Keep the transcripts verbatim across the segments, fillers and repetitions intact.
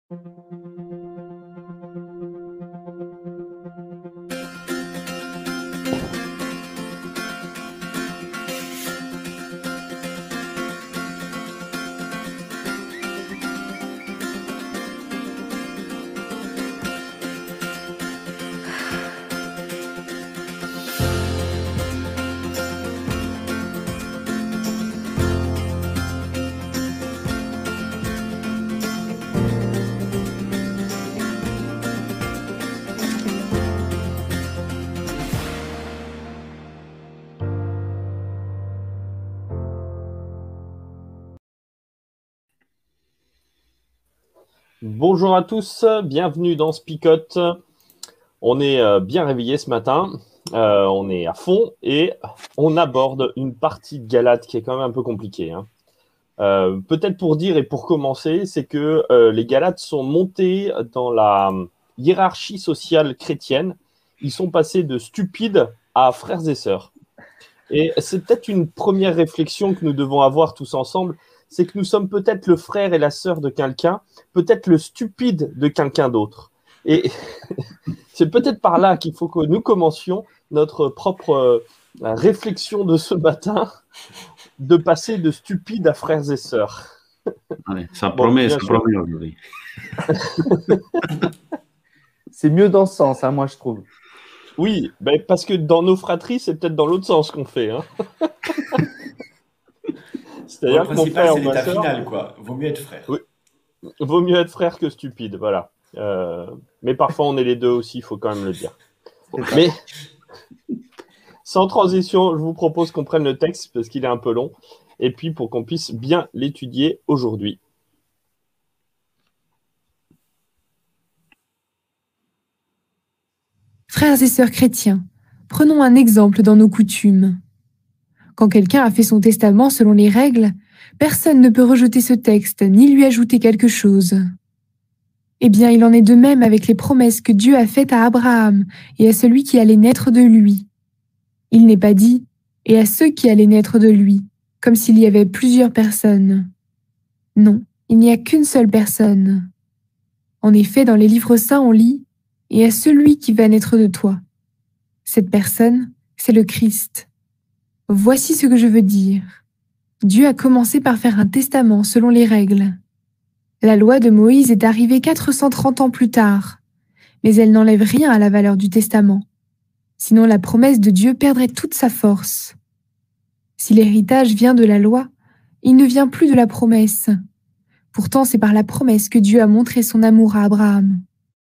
Bonjour à tous, bienvenue dans Spicote. On est euh, bien réveillés ce matin, euh, on est à fond et on aborde une partie de Galates qui est quand même un peu compliquée. Hein. Euh, peut-être pour dire et pour commencer, c'est que euh, les Galates sont montés dans la hiérarchie sociale chrétienne. Ils sont passés de stupides à frères et sœurs. Et c'est peut-être une première réflexion que nous devons avoir tous ensemble, c'est que nous sommes peut-être le frère et la sœur de quelqu'un, peut-être le stupide de quelqu'un d'autre. Et c'est peut-être par là qu'il faut que nous commencions notre propre euh, réflexion de ce matin, de passer de stupide à frères et sœurs. Allez, ça Bon, promet, bien ça sûr. promet aujourd'hui. C'est mieux dans ce sens, hein, moi je trouve. Oui, ben parce que dans nos fratries, c'est peut-être dans l'autre sens qu'on fait. Hein. C'est-à-dire Bon, que le mon principal, frère c'est ou ma l'état sœur, final, quoi. Vaut mieux être frère. oui, vaut mieux être frère que stupide, voilà. Euh, mais parfois, on est les deux aussi, il faut quand même le dire. Mais sans transition, je vous propose qu'on prenne le texte parce qu'il est un peu long, et puis pour qu'on puisse bien l'étudier aujourd'hui. Frères et sœurs chrétiens, prenons un exemple dans nos coutumes. Quand quelqu'un a fait son testament selon les règles, personne ne peut rejeter ce texte ni lui ajouter quelque chose. Eh bien, il en est de même avec les promesses que Dieu a faites à Abraham et à celui qui allait naître de lui. Il n'est pas dit « et à ceux qui allaient naître de lui », comme s'il y avait plusieurs personnes. Non, il n'y a qu'une seule personne. En effet, dans les livres saints, on lit « et à celui qui va naître de toi ». Cette personne, c'est le Christ. Voici ce que je veux dire. Dieu a commencé par faire un testament selon les règles. La loi de Moïse est arrivée quatre cent trente ans plus tard, mais elle n'enlève rien à la valeur du testament. Sinon la promesse de Dieu perdrait toute sa force. Si l'héritage vient de la loi, il ne vient plus de la promesse. Pourtant, c'est par la promesse que Dieu a montré son amour à Abraham.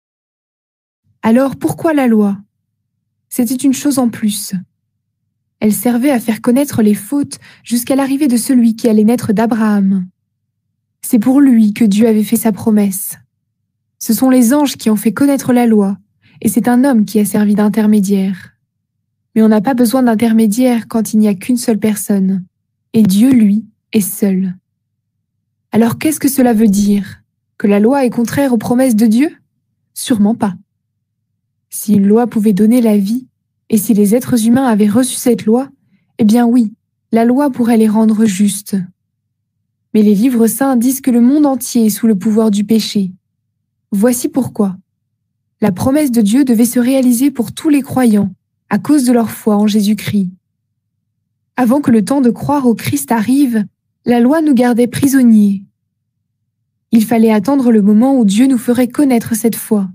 Alors, pourquoi la loi ? C'était une chose en plus. Elle servait à faire connaître les fautes jusqu'à l'arrivée de celui qui allait naître d'Abraham. C'est pour lui que Dieu avait fait sa promesse. Ce sont les anges qui ont fait connaître la loi, et c'est un homme qui a servi d'intermédiaire. Mais on n'a pas besoin d'intermédiaire quand il n'y a qu'une seule personne, et Dieu, lui, est seul. Alors qu'est-ce que cela veut dire ? Que la loi est contraire aux promesses de Dieu ? Sûrement pas. Si une loi pouvait donner la vie, et si les êtres humains avaient reçu cette loi, eh bien oui, la loi pourrait les rendre justes. Mais les livres saints disent que le monde entier est sous le pouvoir du péché. Voici pourquoi. La promesse de Dieu devait se réaliser pour tous les croyants, à cause de leur foi en Jésus-Christ. Avant que le temps de croire au Christ arrive, la loi nous gardait prisonniers. Il fallait attendre le moment où Dieu nous ferait connaître cette foi.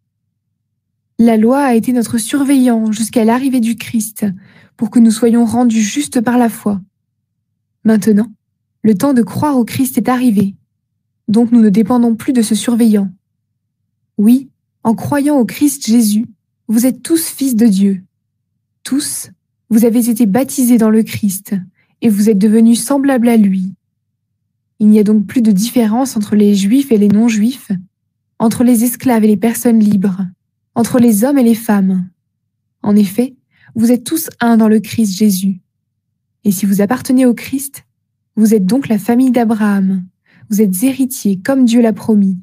La loi a été notre surveillant jusqu'à l'arrivée du Christ, pour que nous soyons rendus justes par la foi. Maintenant, le temps de croire au Christ est arrivé, donc nous ne dépendons plus de ce surveillant. Oui, en croyant au Christ Jésus, vous êtes tous fils de Dieu. Tous, vous avez été baptisés dans le Christ, et vous êtes devenus semblables à lui. Il n'y a donc plus de différence entre les Juifs et les non-Juifs, entre les esclaves et les personnes libres, entre les hommes et les femmes. En effet, vous êtes tous un dans le Christ Jésus. Et si vous appartenez au Christ, vous êtes donc la famille d'Abraham. Vous êtes héritiers comme Dieu l'a promis.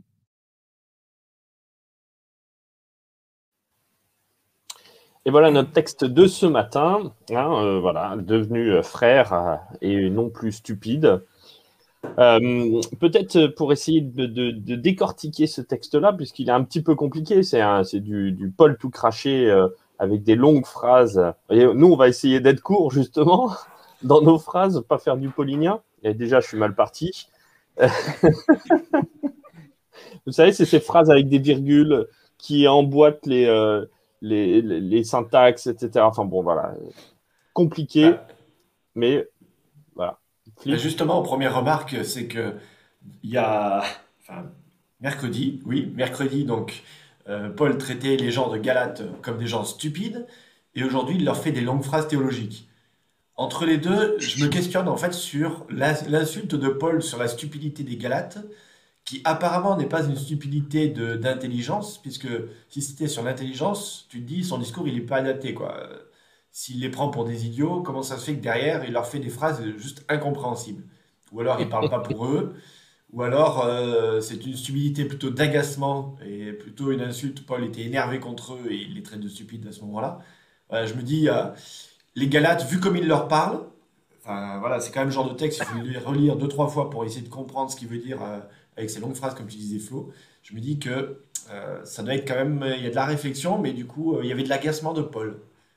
Et voilà notre texte de ce matin, hein, euh, voilà, devenu frère euh, et non plus stupide. Euh, peut-être pour essayer de, de, de décortiquer ce texte-là, puisqu'il est un petit peu compliqué, c'est un, c'est du, du Paul tout craché euh, avec des longues phrases. Et nous, on va essayer d'être court, justement, dans nos phrases, pas faire du paulinien. Et déjà, je suis mal parti. Vous savez, c'est ces phrases avec des virgules qui emboîtent les, euh, les, les, les syntaxes, et cetera. Enfin bon, voilà. Compliqué, Bah, mais voilà. Flip. justement, première remarque, c'est que il y a, enfin, mercredi, oui, mercredi, donc, euh, Paul traitait les gens de Galate comme des gens stupides, et aujourd'hui, il leur fait des longues phrases théologiques. Entre les deux, je me questionne en fait sur l'ins- l'insulte de Paul sur la stupidité des Galates, qui apparemment n'est pas une stupidité de- d'intelligence, puisque si c'était sur l'intelligence, tu te dis, son discours, il n'est pas adapté, quoi. Euh, S'il les prend pour des idiots, comment ça se fait que derrière, il leur fait des phrases juste incompréhensibles? Ou alors, il parle pas pour eux, ou alors, euh, c'est une stupidité plutôt d'agacement, et plutôt une insulte. Paul était énervé contre eux, et il les traite de stupides à ce moment-là. Voilà, je me dis, euh, les Galates, vu comme il leur parle, enfin voilà, c'est quand même le genre de texte, il faut le relire deux, trois fois pour essayer de comprendre ce qu'il veut dire euh, avec ces longues phrases, comme tu disais Flo. Je me dis que euh, ça doit être quand même, il y a de la réflexion, mais du coup, euh, il y avait de l'agacement de Paul.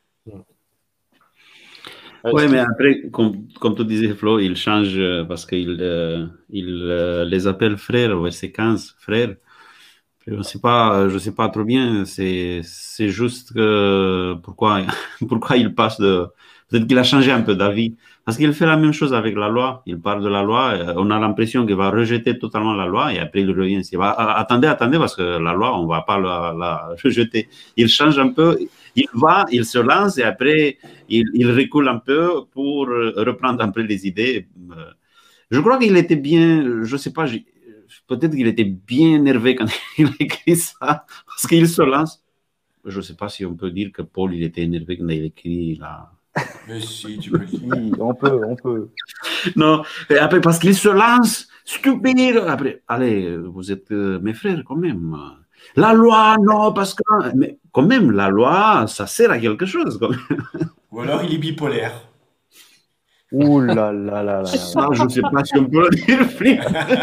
Euh, Oui, mais Steve. après, comme, comme tu disais, Flo, il change euh, parce qu'il euh, il, euh, les appelle frères, au verset quinze, frères. Je ne sais pas, je sais pas trop bien. C'est, c'est juste que pourquoi, pourquoi il passe de. Peut-être qu'il a changé un peu d'avis. Parce qu'il fait la même chose avec la loi. Il parle de la loi. euh, On a l'impression qu'il va rejeter totalement la loi et après il revient. Il va, ah, attendez, attendez, parce que la loi, on va pas la, la rejeter. Il change un peu. Il va, il se lance et après il, il recule un peu pour euh, reprendre un peu les idées. Euh, Je crois qu'il était bien, je sais pas, j'ai- peut-être qu'il était bien énervé quand il a écrit ça, parce qu'il se lance. Je sais pas si on peut dire que Paul, il était énervé quand il a écrit là. Mais si, tu peux le dire. Oui, on peut, on peut. Non, et après, parce qu'il se lance, stupide. Après, allez, vous êtes euh, mes frères quand même. La loi, non, parce que. Mais quand même, la loi, ça sert à quelque chose. Quand même. Ou alors il est bipolaire. Ouh là là là là là. Ça, je sais pas si on peut le dire, Philippe.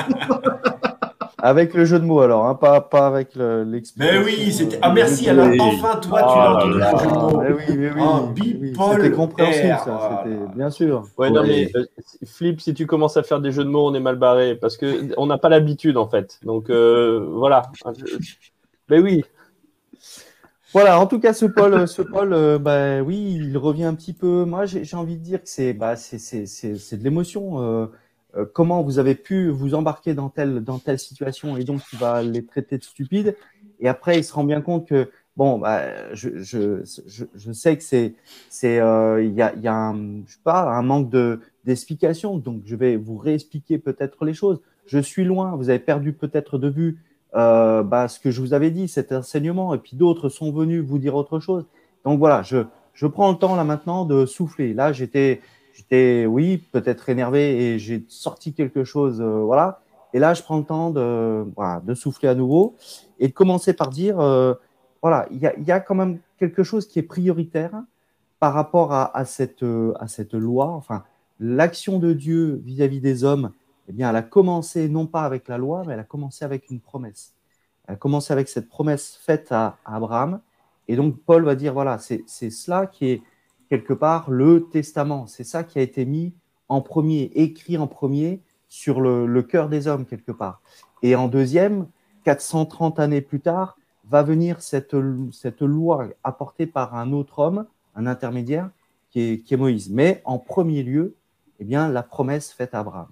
Avec le jeu de mots alors, hein, pas, pas avec le- Mais l'explication. oui, c'était. euh, Ah du merci, jeu de alors mots. Oui. enfin, toi, tu Oh l'as là entendu là. le jeu de Ah, mots. mais oui, mais oui, Ah, mais oui. bipolaire. C'était compréhensible, ça, Voilà. c'était bien sûr. Ouais, non, mais Oui. euh, Flip, si tu commences à faire des jeux de mots, on est mal barré parce que on n'a pas l'habitude en fait. Donc euh, voilà. Mais oui. Voilà, en tout cas, ce Paul, ce Paul, euh, bah oui, il revient un petit peu. Moi, j'ai j'ai envie de dire que c'est, bah, c'est, c'est, c'est, c'est de l'émotion. Euh, euh, comment vous avez pu vous embarquer dans telle, dans telle situation et donc il va les traiter de stupides. Et après, il se rend bien compte que bon, bah, je, je, je, je sais que c'est, c'est, euh, il y a, il y a un, je sais pas, un manque de d'explication. Donc, je vais vous réexpliquer peut-être les choses. Je suis loin. Vous avez perdu peut-être de vue euh, bah, ce que je vous avais dit, cet enseignement, et puis d'autres sont venus vous dire autre chose. Donc voilà, je, je prends le temps là maintenant de souffler. Là, j'étais, j'étais, oui, peut-être énervé et j'ai sorti quelque chose, euh, voilà. Et là, je prends le temps de, voilà, de souffler à nouveau et de commencer par dire, euh, voilà, il y a, il y a quand même quelque chose qui est prioritaire par rapport à, à cette, euh, à cette loi. Enfin, l'action de Dieu vis-à-vis des hommes, eh bien, elle a commencé non pas avec la loi, mais elle a commencé avec une promesse. Elle a commencé avec cette promesse faite à, à Abraham. Et donc, Paul va dire, voilà, c'est c'est cela qui est quelque part le testament. C'est ça qui a été mis en premier, écrit en premier sur le, le cœur des hommes, quelque part. Et en deuxième, quatre cent trente années plus tard, va venir cette, cette loi apportée par un autre homme, un intermédiaire, qui est, qui est Moïse. Mais en premier lieu, eh bien, la promesse faite à Abraham.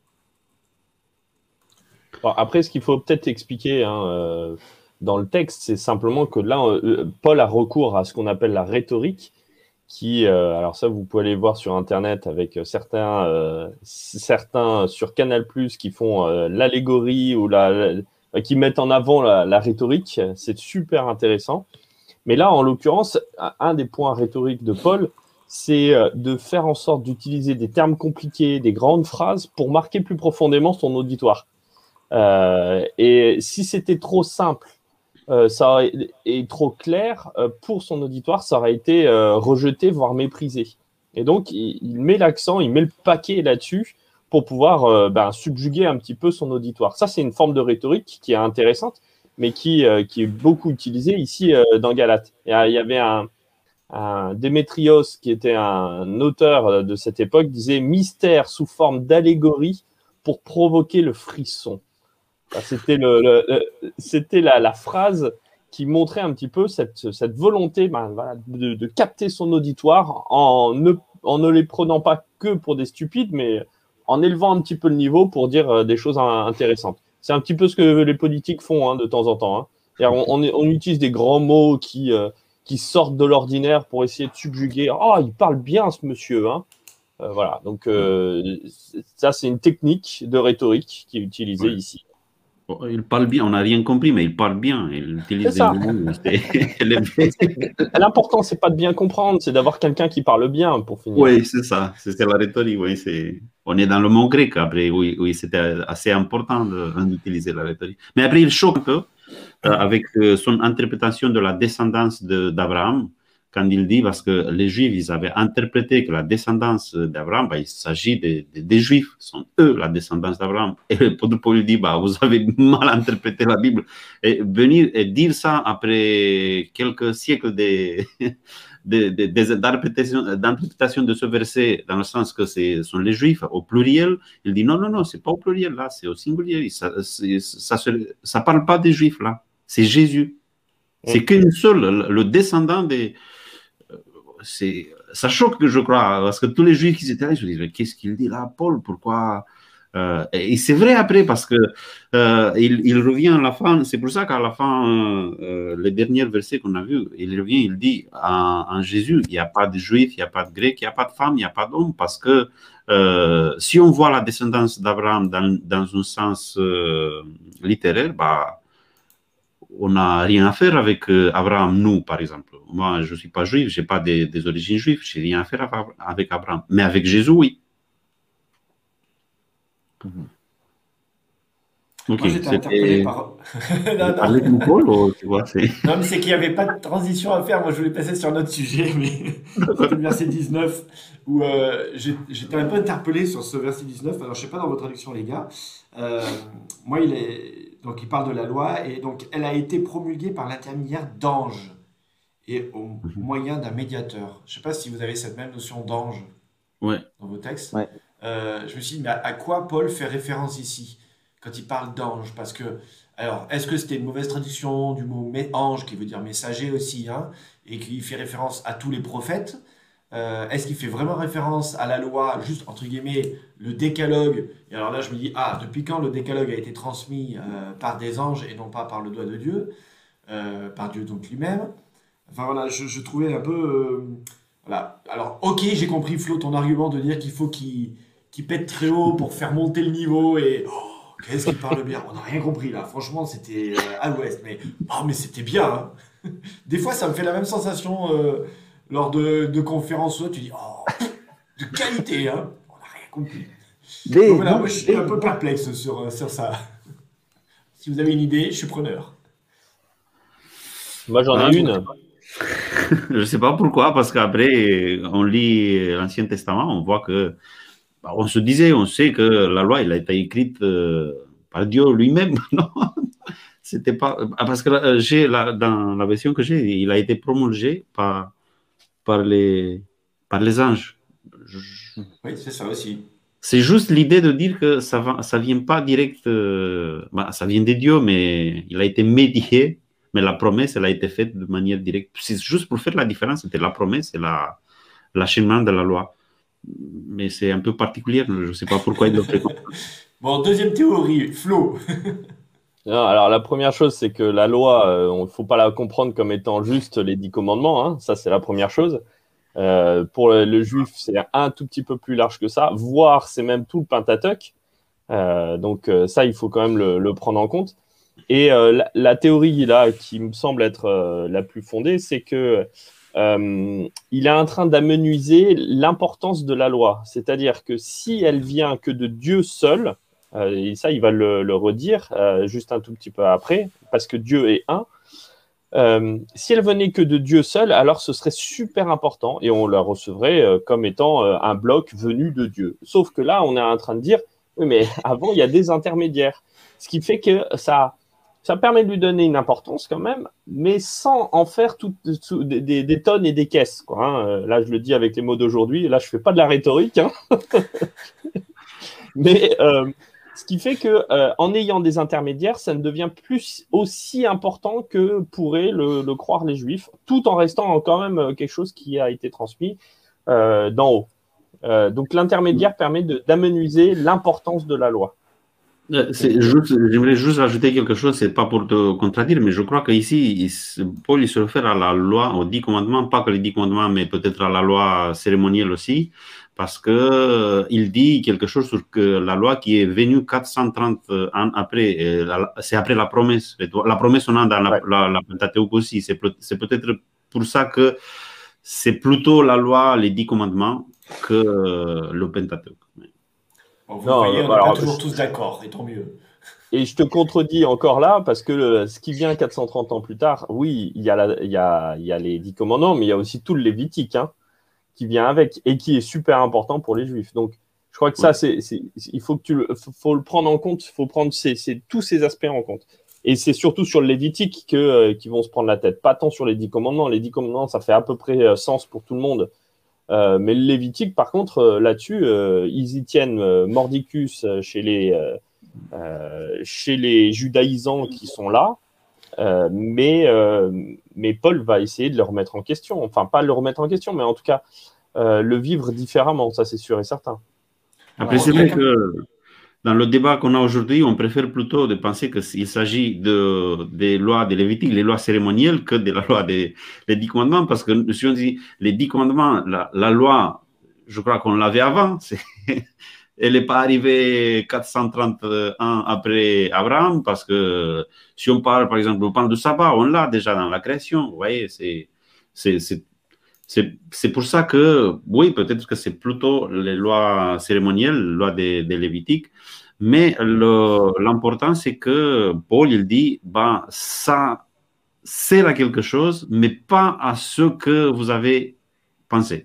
Bon, après, ce qu'il faut peut-être expliquer hein, euh, dans le texte, c'est simplement que là, euh, Paul a recours à ce qu'on appelle la rhétorique, qui, euh, alors ça, vous pouvez aller voir sur Internet avec certains, euh, certains sur Canal+, qui font euh, l'allégorie ou la, la, qui mettent en avant la, la rhétorique. C'est super intéressant. Mais là, en l'occurrence, un des points rhétoriques de Paul, c'est de faire en sorte d'utiliser des termes compliqués, des grandes phrases pour marquer plus profondément son auditoire. Euh, et si c'était trop simple euh, ça aurait, et trop clair euh, pour son auditoire, ça aurait été euh, rejeté, voire méprisé. Et donc, il, il met l'accent, il met le paquet là-dessus pour pouvoir euh, ben, subjuguer un petit peu son auditoire. Ça, c'est une forme de rhétorique qui est intéressante, mais qui, euh, qui est beaucoup utilisée ici euh, dans Galate. Il y avait un, un Démétrios, qui était un auteur de cette époque, disait « mystère sous forme d'allégorie pour provoquer le frisson ». C'était, le, le, le, c'était la, la phrase qui montrait un petit peu cette, cette volonté ben, voilà, de, de capter son auditoire en ne, en ne les prenant pas que pour des stupides, mais en élevant un petit peu le niveau pour dire des choses intéressantes. C'est un petit peu ce que les politiques font hein, de temps en temps. Hein. On, on, on utilise des grands mots qui, euh, qui sortent de l'ordinaire pour essayer de subjuguer. « Oh, il parle bien ce monsieur hein. !» euh, Voilà, donc euh, ça c'est une technique de rhétorique qui est utilisée ouais. ici. Il parle bien, on n'a rien compris, mais il parle bien. Il utilise des mots. L'important, c'est pas de bien comprendre, c'est d'avoir quelqu'un qui parle bien pour finir. Oui, c'est ça. C'est la rhétorique. Oui, c'est... On est dans le mot grec après. Oui, oui c'était assez important d'utiliser la rhétorique. Mais après, il choque un peu euh, avec euh, son interprétation de la descendance d'Abraham. Quand il dit, parce que les Juifs, ils avaient interprété que la descendance d'Abraham, bah, il s'agit des, des, des Juifs, sont eux la descendance d'Abraham. Et Paul dit, bah, vous avez mal interprété la Bible. Et venir et dire ça après quelques siècles d'interprétation de ce verset, dans le sens que ce sont les Juifs au pluriel, il dit, non, non, non, c'est pas au pluriel, là, c'est au singulier. Ça ne parle pas des Juifs, là, c'est Jésus. C'est qu'une seule, le descendant des... Ça choque, je crois, parce que tous les Juifs qui étaient là, ils se disent, mais qu'est-ce qu'il dit là, Paul, pourquoi euh, Et c'est vrai après, parce que euh, il, il revient à la fin, c'est pour ça qu'à la fin, euh, les derniers versets qu'on a vus, il revient, il dit, en, en Jésus, il n'y a pas de Juifs, il n'y a pas de Grecs, il n'y a pas de femmes, il n'y a pas d'hommes, parce que euh, si on voit la descendance d'Abraham dans, dans un sens euh, littéraire, bah, on n'a rien à faire avec euh, Abraham, nous, par exemple. Moi, je ne suis pas juif, je n'ai pas des, des origines juives, je n'ai rien à faire avec Abraham. Mais avec Jésus, oui. Mm-hmm. Okay, moi, j'étais interpellé par... non, non. Paul, ou, tu vois, non, mais c'est qu'il n'y avait pas de transition à faire. Moi, je voulais passer sur un autre sujet, mais c'était le verset dix-neuf, où euh, j'étais un peu interpellé sur ce verset dix-neuf. Alors, je ne sais pas dans vos traductions, les gars. Euh, moi, il est... Donc, il parle de la loi, et donc, elle a été promulguée par l'intermédiaire d'anges et au moyen d'un médiateur. Je ne sais pas si vous avez cette même notion d'ange ouais. dans vos textes. Ouais. Euh, je me suis dit, mais à, à quoi Paul fait référence ici quand il parle d'ange? Parce que, alors, est-ce que c'était une mauvaise traduction du mot ange, qui veut dire messager aussi, hein, et qui fait référence à tous les prophètes? Euh, est-ce qu'il fait vraiment référence à la loi, juste entre guillemets, le décalogue? Et alors là, je me dis, ah, depuis quand le décalogue a été transmis euh, par des anges et non pas par le doigt de Dieu, euh, par Dieu donc lui-même? Enfin voilà, je, je trouvais un peu... Euh, voilà. Alors, ok, j'ai compris, Flo, ton argument de dire qu'il faut qu'il qu'il pète très haut pour faire monter le niveau et... Oh, qu'est-ce qu'il parle bien? On n'a rien compris là, franchement, c'était euh, à l'ouest, mais, oh, mais c'était bien. Hein. Des fois, ça me fait la même sensation... Euh, lors de, de conférences, tu dis, oh, de qualité, hein, on n'a rien compris. Des, Donc, voilà, non, moi, je suis des, un peu perplexe sur, sur ça. Si vous avez une idée, je suis preneur. Moi, j'en ai ah, une. Je ne sais pas pourquoi, parce qu'après, on lit l'Ancien Testament, on voit que, bah, on se disait, on sait que la loi, elle a été écrite euh, par Dieu lui-même, non? C'était pas, parce que j'ai, la, dans la version que j'ai, il a été promulgué par par les, par les anges. Je... Oui, c'est ça aussi. C'est juste l'idée de dire que ça ne ça vient pas direct, euh, bah, ça vient de Dieu, mais il a été médié, mais la promesse, elle a été faite de manière directe. C'est juste pour faire la différence entre la promesse et l'achèvement de la loi. Mais c'est un peu particulier, je ne sais pas pourquoi il le fait. Bon, deuxième théorie, Flo. Non, alors la première chose, c'est que la loi, il euh, ne faut pas la comprendre comme étant juste les dix commandements, hein. Ça c'est la première chose. Euh, pour le, le juif, c'est un tout petit peu plus large que ça, voire c'est même tout le Pentateuque. Euh, donc euh, ça, il faut quand même le, le prendre en compte. Et euh, la, la théorie là, qui me semble être euh, la plus fondée, c'est que euh, il est en train d'amenuiser l'importance de la loi. C'est-à-dire que si elle vient que de Dieu seul, Euh, et ça, il va le, le redire euh, juste un tout petit peu après, parce que Dieu est un. Euh, si elle venait que de Dieu seul, alors ce serait super important et on la recevrait euh, comme étant euh, un bloc venu de Dieu. Sauf que là, on est en train de dire, oui, mais avant, il y a des intermédiaires. Ce qui fait que ça, ça permet de lui donner une importance quand même, mais sans en faire tout, tout, des, des, des tonnes et des caisses, quoi, hein. Là, je le dis avec les mots d'aujourd'hui. Là, je fais pas de la rhétorique, hein. Mais euh, ce qui fait que euh, en ayant des intermédiaires, ça ne devient plus aussi important que pourraient le, le croire les Juifs, tout en restant quand même quelque chose qui a été transmis euh, d'en haut. Euh, donc l'intermédiaire permet d'amenuiser l'importance de la loi. J'aimerais juste ajouter quelque chose, c'est pas pour te contredire, mais je crois qu'ici, Paul il se réfère à la loi, aux dix commandements, pas que les dix commandements, mais peut-être à la loi cérémonielle aussi, parce que il dit quelque chose sur que la loi qui est venue quatre cent trente ans après, c'est après la promesse. La promesse, on a dans la, ouais. la, la Pentateuque aussi. C'est peut-être pour ça que c'est plutôt la loi, les dix commandements, que le Pentateuque. Bon, vous non, voyez, on n'est pas toujours je... tous d'accord, et tant mieux. Et je te contredis encore là, parce que le, ce qui vient quatre cent trente ans plus tard, oui, il y, a la, il, y a, il y a les dix commandements, mais il y a aussi tout le Lévitique, hein, qui vient avec, et qui est super important pour les Juifs. Donc, je crois que ça, c'est, c'est, il faut que tu le, faut le prendre en compte, il faut prendre ces, ces, tous ces aspects en compte. Et c'est surtout sur le Lévitique que, euh, qu'ils vont se prendre la tête, pas tant sur les dix commandements. Les dix commandements, ça fait à peu près euh, sens pour tout le monde. Euh, mais le Lévitique, par contre, euh, là-dessus, euh, ils y tiennent euh, mordicus chez les, euh, euh, chez les judaïsants qui sont là, euh, mais, euh, mais Paul va essayer de le remettre en question. Enfin, pas le remettre en question, mais en tout cas, euh, le vivre différemment, ça c'est sûr et certain. Après, c'est vrai que dans le débat qu'on a aujourd'hui, on préfère plutôt de penser qu'il s'agit de, des lois de Lévitique, les lois cérémonielles, que de la loi des, des dix commandements, parce que si on dit les dix commandements, la, la loi, je crois qu'on l'avait avant, elle n'est pas arrivée quatre cent trente ans après Abraham, parce que si on parle, par exemple, on parle du sabbat, on l'a déjà dans la création, vous voyez, c'est... C'est pour ça que, oui, peut-être que c'est plutôt les lois cérémonielles, les lois des, des Lévitiques, mais l'important, c'est que Paul, il dit, ben, ça sert à quelque chose, mais pas à ce que vous avez pensé.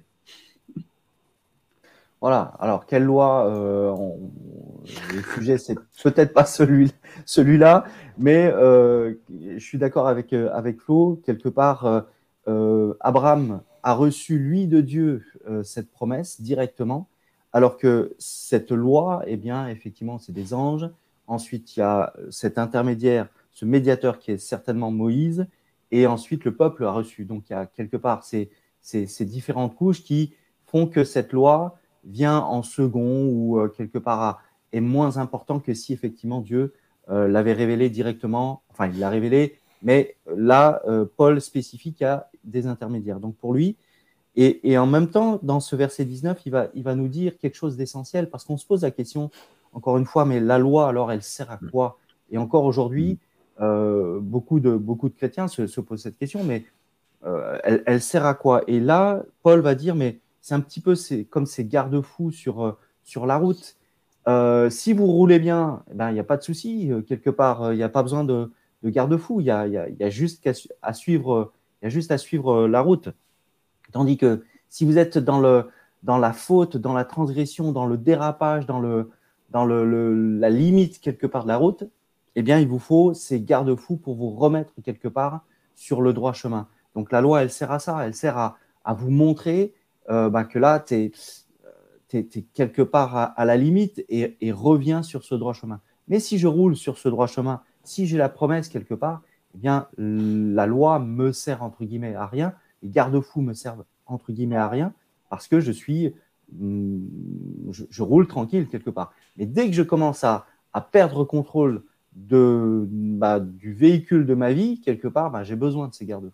Voilà, alors quelle loi euh, on, Le sujet, c'est peut-être pas celui, celui-là, mais euh, je suis d'accord avec, avec Flo, quelque part, euh, euh, Abraham a reçu, lui, de Dieu, euh, cette promesse directement, alors que cette loi, eh bien, effectivement, c'est des anges. Ensuite, il y a cet intermédiaire, ce médiateur qui est certainement Moïse, et ensuite, le peuple a reçu. Donc, il y a quelque part ces, ces, ces différentes couches qui font que cette loi vient en second ou euh, quelque part à, est moins important que si, effectivement, Dieu euh, l'avait révélé directement. Enfin, il l'a révélé, mais là, euh, Paul spécifie qu'il y a des intermédiaires. Donc, pour lui, et, et en même temps, dans ce verset dix-neuf, il va, il va nous dire quelque chose d'essentiel parce qu'on se pose la question, encore une fois, mais la loi, alors, elle sert à quoi? Et encore aujourd'hui, euh, beaucoup, de, beaucoup de chrétiens se, se posent cette question, mais euh, elle, elle sert à quoi? Et là, Paul va dire, mais c'est un petit peu comme ces garde-fous sur, sur la route. Euh, si vous roulez bien, il ben, n'y a pas de souci. Quelque part, il n'y a pas besoin de, de garde-fous. Il y a, y, a, y a juste à suivre, y a juste à suivre la route. Tandis que si vous êtes dans, le, dans la faute, dans la transgression, dans le dérapage, dans, le, dans le, le, la limite quelque part de la route, eh bien, il vous faut ces garde-fous pour vous remettre quelque part sur le droit chemin. Donc, la loi, elle sert à ça. Elle sert à, à vous montrer euh, bah, que là, tu es, tu es quelque part à, à la limite et, et reviens sur ce droit chemin. Mais si je roule sur ce droit chemin, si j'ai la promesse quelque part, eh bien, la loi me sert entre guillemets à rien. Les garde-fous me servent entre guillemets à rien parce que je suis, je, je roule tranquille quelque part. Mais dès que je commence à, à perdre contrôle de, bah, du véhicule de ma vie, quelque part, bah, j'ai besoin de ces garde-fous.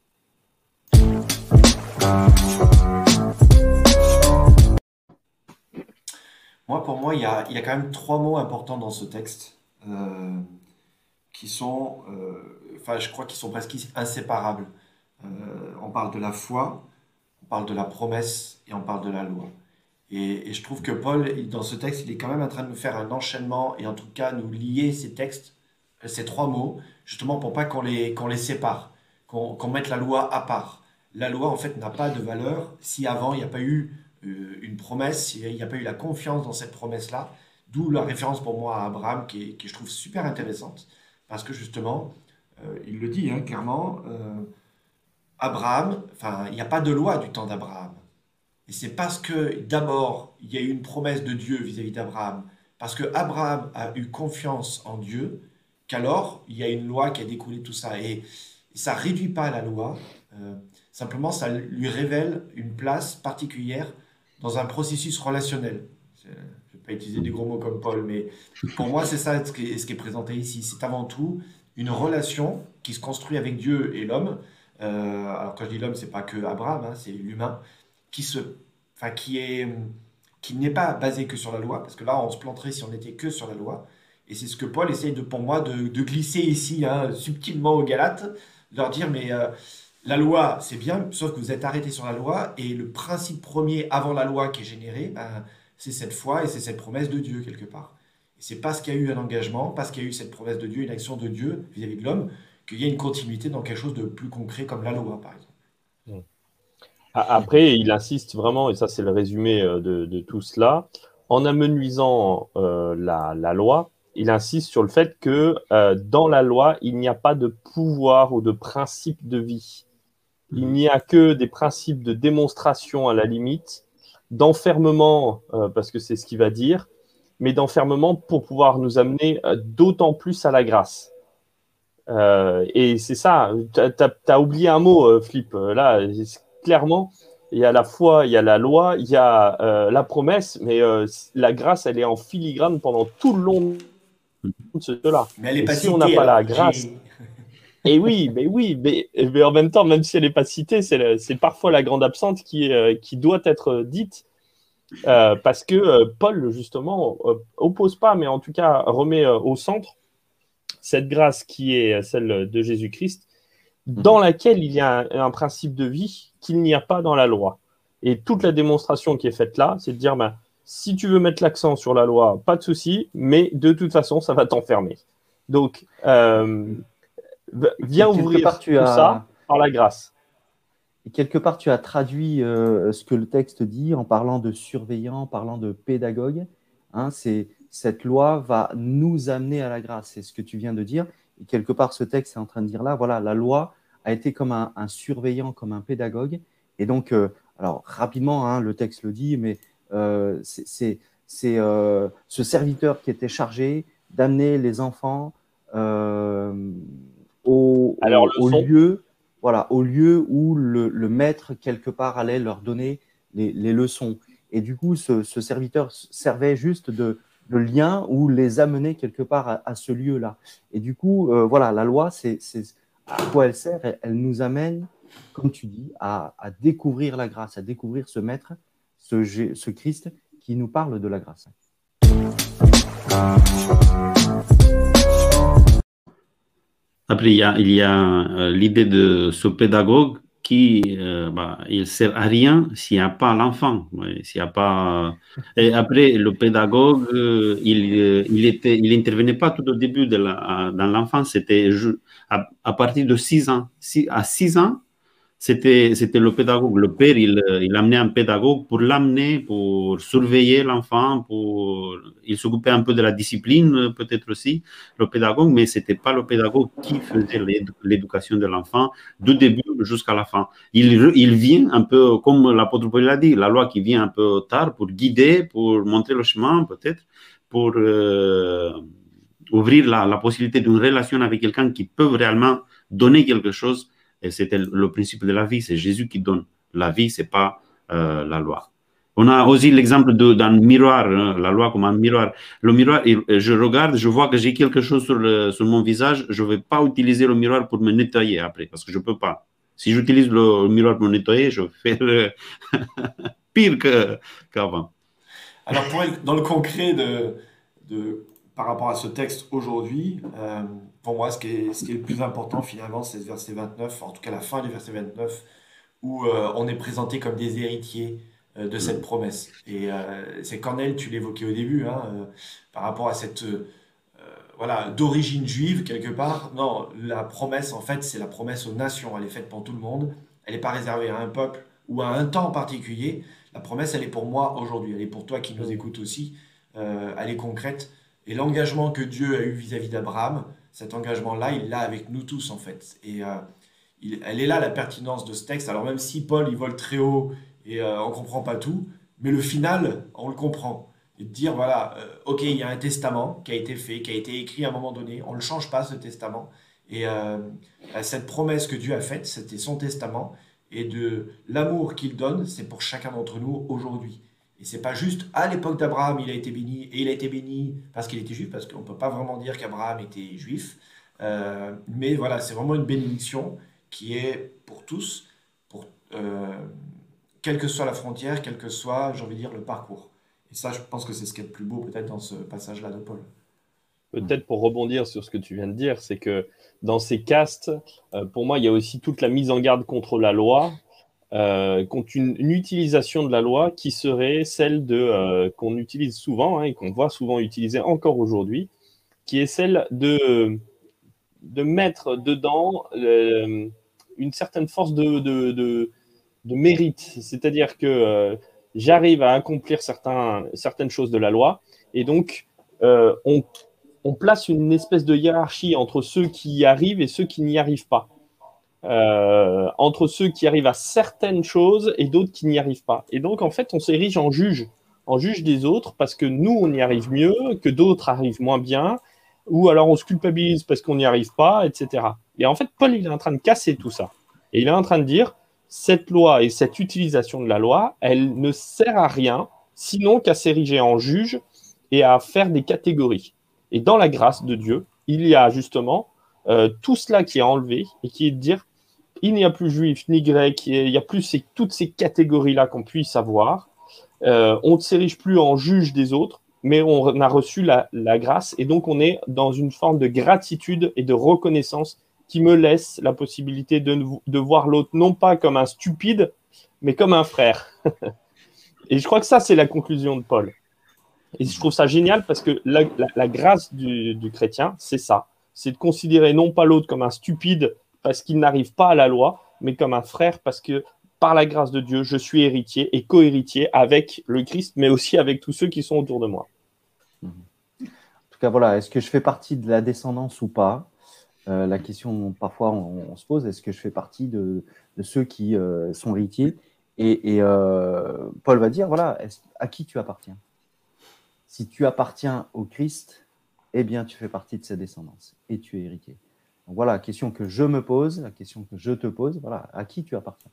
Moi, pour moi, il y a, il y a quand même trois mots importants dans ce texte euh, qui sont, euh, enfin, je crois qu'ils sont presque inséparables. Euh, on parle de la foi, on parle de la promesse et on parle de la loi. Et, et je trouve que Paul, dans ce texte, il est quand même en train de nous faire un enchaînement et en tout cas nous lier ces textes, ces trois mots, justement pour pas qu'on les, qu'on les sépare, qu'on qu'on mette la loi à part. La loi, en fait, n'a pas de valeur si avant, il n'y a pas eu euh, une promesse, s'il n'y a pas eu la confiance dans cette promesse-là. D'où la référence pour moi à Abraham, qui, est- qui je trouve super intéressante, parce que justement, euh, il le dit hein, clairement, euh, Abraham, enfin, il n'y a pas de loi du temps d'Abraham. Et c'est parce que d'abord, il y a eu une promesse de Dieu vis-à-vis d'Abraham, parce que Abraham a eu confiance en Dieu, qu'alors il y a une loi qui a découlé de tout ça. Et, et ça ne réduit pas la loi, euh, simplement ça lui révèle une place particulière dans un processus relationnel. C'est- Je ne vais pas utiliser des gros mots comme Paul, mais pour moi, c'est ça ce qui est, ce qui est présenté ici. C'est avant tout une relation qui se construit avec Dieu et l'homme. Euh, alors quand je dis l'homme, c'est pas que Abraham, hein, c'est l'humain qui se, enfin, qui est, qui n'est pas basé que sur la loi, parce que là, on se planterait si on n'était que sur la loi. Et c'est ce que Paul essaye de, pour moi, de, de glisser ici, hein, subtilement aux Galates, de leur dire, mais euh, la loi, c'est bien, sauf que vous êtes arrêté sur la loi, et le principe premier avant la loi qui est généré, ben, c'est cette foi et c'est cette promesse de Dieu, quelque part. Et c'est parce qu'il y a eu un engagement, parce qu'il y a eu cette promesse de Dieu, une action de Dieu vis-à-vis de l'homme, qu'il y a une continuité dans quelque chose de plus concret comme la loi, par exemple. A- Après, il insiste vraiment, et ça c'est le résumé euh, de, de tout cela, en amenuisant euh, la, la loi, il insiste sur le fait que euh, dans la loi, il n'y a pas de pouvoir ou de principe de vie. Il n'y a que des principes de démonstration à la limite, d'enfermement, euh, parce que c'est ce qu'il va dire, mais d'enfermement pour pouvoir nous amener euh, d'autant plus à la grâce. Euh, et c'est ça, tu as oublié un mot, euh, Flip. Euh, Là, c'est- clairement, il y a la foi, il y a la loi, il y a euh, la promesse, mais euh, la grâce, elle est en filigrane pendant tout le long de cela. Mais elle n'est Et pas si on n'a citée, pas la alors. grâce, J'ai... et oui, mais oui, mais, mais en même temps, même si elle n'est pas citée, c'est le- c'est parfois la grande absente qui, est, euh, qui doit être dite, euh, parce que euh, Paul, justement, euh, oppose pas, mais en tout cas remet euh, au centre cette grâce qui est celle de Jésus-Christ, dans laquelle il y a un, un principe de vie qu'il n'y a pas dans la loi. Et toute la démonstration qui est faite là, c'est de dire, ben, si tu veux mettre l'accent sur la loi, pas de souci, mais de toute façon, ça va t'enfermer. Donc, euh, viens Quelque part, ouvrir tu tout ça as, par la grâce. quelque part, tu as traduit euh, ce que le texte dit en parlant de surveillant, en parlant de pédagogue. Hein, c'est, cette loi va nous amener à la grâce. C'est ce que tu viens de dire. Et quelque part, ce texte est en train de dire là, voilà, la loi a été comme un, un surveillant, comme un pédagogue. Et donc, euh, alors rapidement, hein, le texte le dit, mais euh, c'est, c'est, c'est euh, ce serviteur qui était chargé d'amener les enfants euh, au, Alors, au, le au son, lieu voilà, au lieu où le, le maître, quelque part, allait leur donner les, les leçons. Et du coup, ce, ce serviteur servait juste de, de lien ou les amener quelque part à, à ce lieu-là. Et du coup, euh, voilà, la loi, c'est, c'est à quoi elle sert? Elle, elle nous amène, comme tu dis, à, à découvrir la grâce, à découvrir ce maître, ce, ce Christ qui nous parle de la grâce. Après, il y a, il y a euh, l'idée de ce pédagogue qui, euh, bah, il sert à rien s'il n'y a pas l'enfant. Ouais, s'il y a pas... Et après, le pédagogue, euh, il, euh, il était, il intervenait pas tout au début de la, dans l'enfance. C'était ju- à, à partir de six ans. Si, à six ans, c'était, c'était le pédagogue. Le père, il, il amenait un pédagogue pour l'amener, pour surveiller l'enfant, pour... il s'occupait un peu de la discipline, peut-être aussi, le pédagogue, mais ce n'était pas le pédagogue qui faisait l'éducation de l'enfant du début jusqu'à la fin. Il, il vient un peu, comme l'apôtre Paul l'a dit, la loi qui vient un peu tard pour guider, pour montrer le chemin, peut-être, pour euh, ouvrir la, la possibilité d'une relation avec quelqu'un qui peut réellement donner quelque chose. Et c'était le principe de la vie, c'est Jésus qui donne la vie, ce n'est pas euh, la loi. On a aussi l'exemple d'un miroir, hein, la loi comme un miroir. Le miroir, je regarde, je vois que j'ai quelque chose sur, le, sur mon visage, je ne vais pas utiliser le miroir pour me nettoyer après, parce que je ne peux pas. Si j'utilise le miroir pour me nettoyer, je fais le pire qu'avant. Alors, pour être dans le concret de, de, par rapport à ce texte aujourd'hui, euh, pour moi, ce qui, est, ce qui est le plus important finalement, c'est ce verset vingt-neuf, en tout cas la fin du verset vingt-neuf, où euh, on est présenté comme des héritiers euh, de cette promesse. Et euh, c'est Cornel, tu l'évoquais au début, hein, euh, par rapport à cette, euh, voilà, d'origine juive quelque part. Non, la promesse, en fait, c'est la promesse aux nations. Elle est faite pour tout le monde. Elle n'est pas réservée à un peuple ou à un temps particulier. La promesse, elle est pour moi aujourd'hui. Elle est pour toi qui nous écoutes aussi. Euh, elle est concrète. Et l'engagement que Dieu a eu vis-à-vis d'Abraham, cet engagement-là, il l'a avec nous tous, en fait. Et euh, il, elle est là, la pertinence de ce texte. Alors même si Paul, il vole très haut et euh, on ne comprend pas tout, mais le final, on le comprend. Et de dire, voilà, euh, ok, il y a un testament qui a été fait, qui a été écrit à un moment donné. On ne le change pas, ce testament. Et euh, cette promesse que Dieu a faite, c'était son testament. Et de l'amour qu'il donne, c'est pour chacun d'entre nous aujourd'hui. Et c'est pas juste à l'époque d'Abraham, il a été béni, et il a été béni parce qu'il était juif, parce qu'on ne peut pas vraiment dire qu'Abraham était juif. Euh, mais voilà, c'est vraiment une bénédiction qui est pour tous, pour, euh, quelle que soit la frontière, quel que soit, j'ai envie de dire, le parcours. Et ça, je pense que c'est ce qui est le plus beau peut-être dans ce passage-là de Paul. Peut-être pour rebondir sur ce que tu viens de dire, c'est que dans ces castes, euh, pour moi, il y a aussi toute la mise en garde contre la loi, euh, contre une, une utilisation de la loi qui serait celle de euh, qu'on utilise souvent hein, et qu'on voit souvent utiliser encore aujourd'hui, qui est celle de, de mettre dedans euh, une certaine force de, de, de, de mérite. C'est-à-dire que euh, j'arrive à accomplir certains, certaines choses de la loi et donc euh, on on place une espèce de hiérarchie entre ceux qui y arrivent et ceux qui n'y arrivent pas. Euh, entre ceux qui arrivent à certaines choses et d'autres qui n'y arrivent pas. Et donc, en fait, on s'érige en juge, en juge des autres parce que nous, on y arrive mieux, que d'autres arrivent moins bien, ou alors on se culpabilise parce qu'on n'y arrive pas, et cetera. Et en fait, Paul, il est en train de casser tout ça. Et il est en train de dire, cette loi et cette utilisation de la loi, elle ne sert à rien, sinon qu'à s'ériger en juge et à faire des catégories. Et dans la grâce de Dieu, il y a justement euh, tout cela qui est enlevé et qui est de dire il n'y a plus juif ni grec, il n'y a plus ces, toutes ces catégories-là qu'on puisse avoir. Euh, on ne s'érige plus en juge des autres, mais on a reçu la, la grâce et donc on est dans une forme de gratitude et de reconnaissance qui me laisse la possibilité de, de voir l'autre non pas comme un stupide, mais comme un frère. Et je crois que ça, c'est la conclusion de Paul. Et je trouve ça génial parce que la, la, la grâce du, du chrétien, c'est ça. C'est de considérer non pas l'autre comme un stupide parce qu'il n'arrive pas à la loi, mais comme un frère parce que par la grâce de Dieu, je suis héritier et co-héritier avec le Christ, mais aussi avec tous ceux qui sont autour de moi. En tout cas, voilà, est-ce que je fais partie de la descendance ou pas? euh, La question, parfois, on, on se pose, est-ce que je fais partie de, de ceux qui euh, sont héritiers? Et, et euh, Paul va dire, voilà, est-ce, à qui tu appartiens? Si tu appartiens au Christ, eh bien, tu fais partie de sa descendance et tu es héritier. Donc voilà, la question que je me pose, la question que je te pose, voilà, à qui tu appartiens?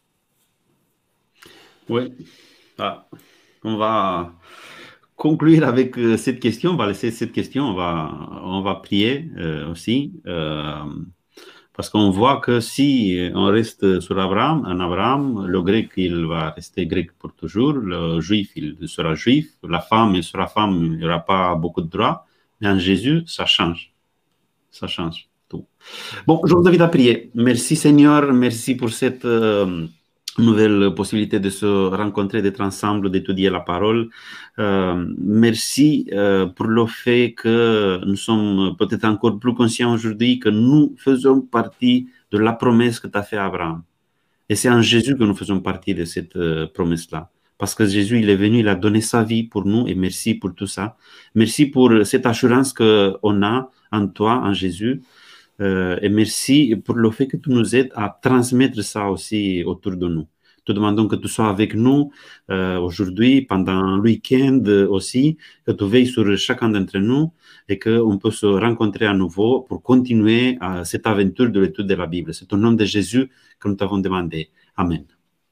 Oui, ah, on va conclure avec cette question. On va laisser cette question, on va, on va prier euh, aussi. Euh, Parce qu'on voit que si on reste sur Abraham, en Abraham, le grec, il va rester grec pour toujours, le juif, il sera juif, la femme, il sera femme, il n'y aura pas beaucoup de droits, mais en Jésus, ça change. Ça change tout. Bon, je vous invite à prier. Merci Seigneur, merci pour cette euh, nouvelle possibilité de se rencontrer, d'être ensemble, d'étudier la parole. Euh, merci euh, pour le fait que nous sommes peut-être encore plus conscients aujourd'hui que nous faisons partie de la promesse que tu as fait à Abraham. Et c'est en Jésus que nous faisons partie de cette euh, promesse-là. Parce que Jésus, il est venu, il a donné sa vie pour nous et merci pour tout ça. Merci pour cette assurance qu'on a en toi, en Jésus. Euh, et merci pour le fait que tu nous aides à transmettre ça aussi autour de nous. Te demandons que tu sois avec nous euh, aujourd'hui, pendant le week-end aussi, que tu veilles sur chacun d'entre nous et qu'on peut se rencontrer à nouveau pour continuer euh, cette aventure de l'étude de la Bible. C'est au nom de Jésus que nous t'avons demandé. Amen.